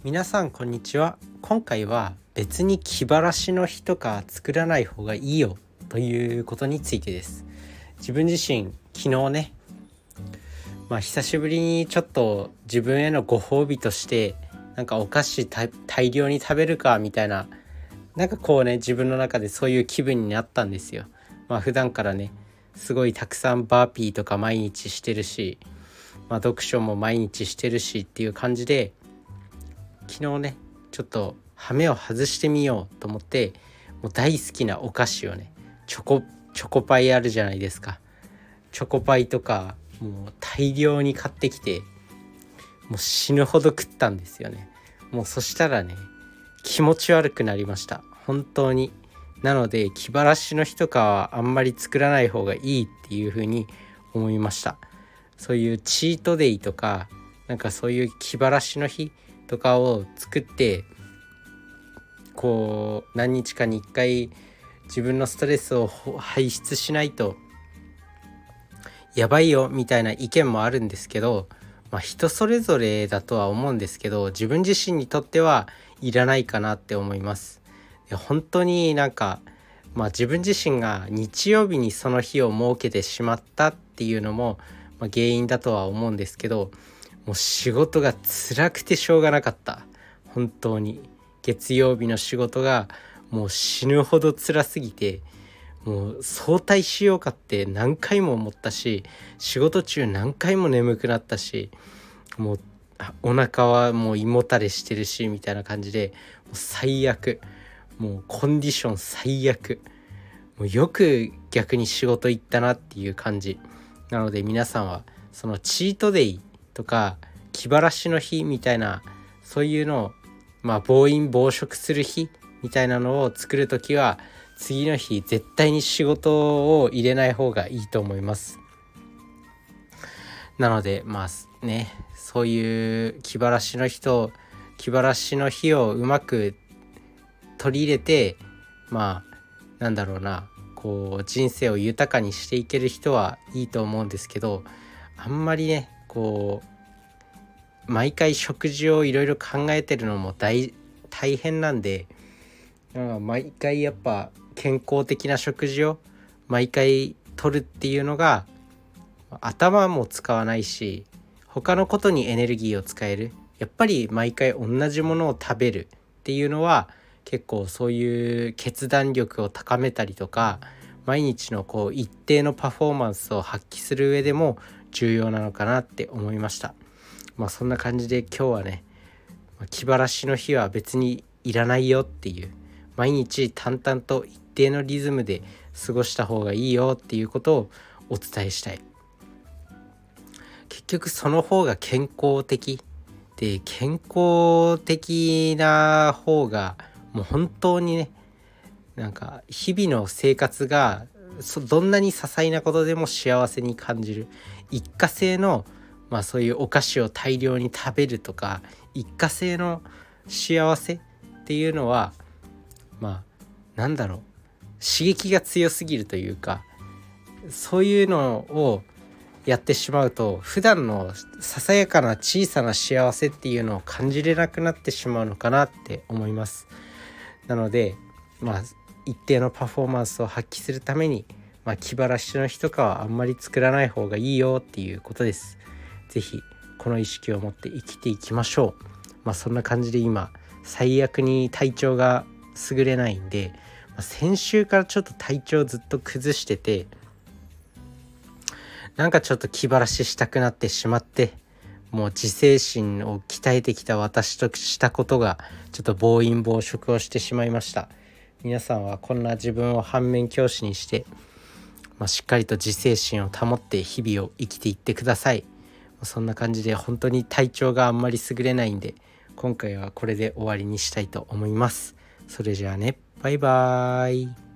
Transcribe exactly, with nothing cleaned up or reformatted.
皆さんこんにちは。今回は別に気晴らしの日とか作らない方がいいよということについてです。自分自身昨日ね、まあ久しぶりにちょっと自分へのご褒美としてなんかお菓子大量に食べるかみたいな、なんかこうね自分の中でそういう気分になったんですよ。まあ普段からねすごいたくさんバーピーとか毎日してるし、まあ読書も毎日してるしっていう感じで、昨日ねちょっと羽目を外してみようと思って、もう大好きなお菓子をねチョコチョコパイあるじゃないですか。チョコパイとかもう大量に買ってきて、もう死ぬほど食ったんですよね。もうそしたらね気持ち悪くなりました、本当に。なので気晴らしの日とかはあんまり作らない方がいいっていう風に思いました。そういうチートデイとかなんかそういう気晴らしの日とかを作って、こう何日かにいっかい自分のストレスを排出しないとやばいよみたいな意見もあるんですけど、まあ人それぞれだとは思うんですけど、自分自身にとってはいらないかなって思います。で本当になんかまあ自分自身が日曜日にその日を設けてしまったっていうのも、まあ、原因だとは思うんですけど、もう仕事が辛くてしょうがなかった。本当に月曜日の仕事がもう死ぬほど辛すぎて、もう早退しようかって何回も思ったし、仕事中何回も眠くなったし、もうお腹はもう胃もたれしてるしみたいな感じで、もう最悪、もうコンディション最悪、もうよく逆に仕事行ったなっていう感じなので、皆さんはそのチートデイとか気晴らしの日みたいな、そういうのをまあ暴飲暴食する日みたいなのを作るときは、次の日絶対に仕事を入れない方がいいと思います。なのでまあね、そういう気晴らしの日と気晴らしの日をうまく取り入れて、まあなんだろうな、こう人生を豊かにしていける人はいいと思うんですけど、あんまりねこう毎回食事をいろいろ考えてるのも大大変なんで、毎回やっぱ健康的な食事を毎回取るっていうのが、頭も使わないし他のことにエネルギーを使える。やっぱり毎回同じものを食べるっていうのは結構そういう決断力を高めたりとか、毎日のこう一定のパフォーマンスを発揮する上でも重要なのかなって思いました。まあそんな感じで今日はね、気晴らしの日は別にいらないよっていう、毎日淡々と一定のリズムで過ごした方がいいよっていうことをお伝えしたい。結局その方が健康的で、健康的な方がもう本当にね、なんか日々の生活がどんなに些細なことでも幸せに感じる。一過性のまあそういうお菓子を大量に食べるとか、一過性の幸せっていうのはまあなんだろう、刺激が強すぎるというか、そういうのをやってしまうと普段のささやかな小さな幸せっていうのを感じれなくなってしまうのかなって思います。なのでまあ一定のパフォーマンスを発揮するために、まあ、気晴らしの日とかはあんまり作らない方がいいよっていうことです。ぜひこの意識を持って生きていきましょう。まあそんな感じで今最悪に体調が優れないんで、まあ、先週からちょっと体調ずっと崩してて、なんかちょっと気晴らししたくなってしまって、もう自制心を鍛えてきた私としたことがちょっと暴飲暴食をしてしまいました。皆さんはこんな自分を反面教師にして、まあ、しっかりと自制心を保って日々を生きていってください。そんな感じで本当に体調があんまり優れないんで、今回はこれで終わりにしたいと思います。それじゃあね、バイバーイ。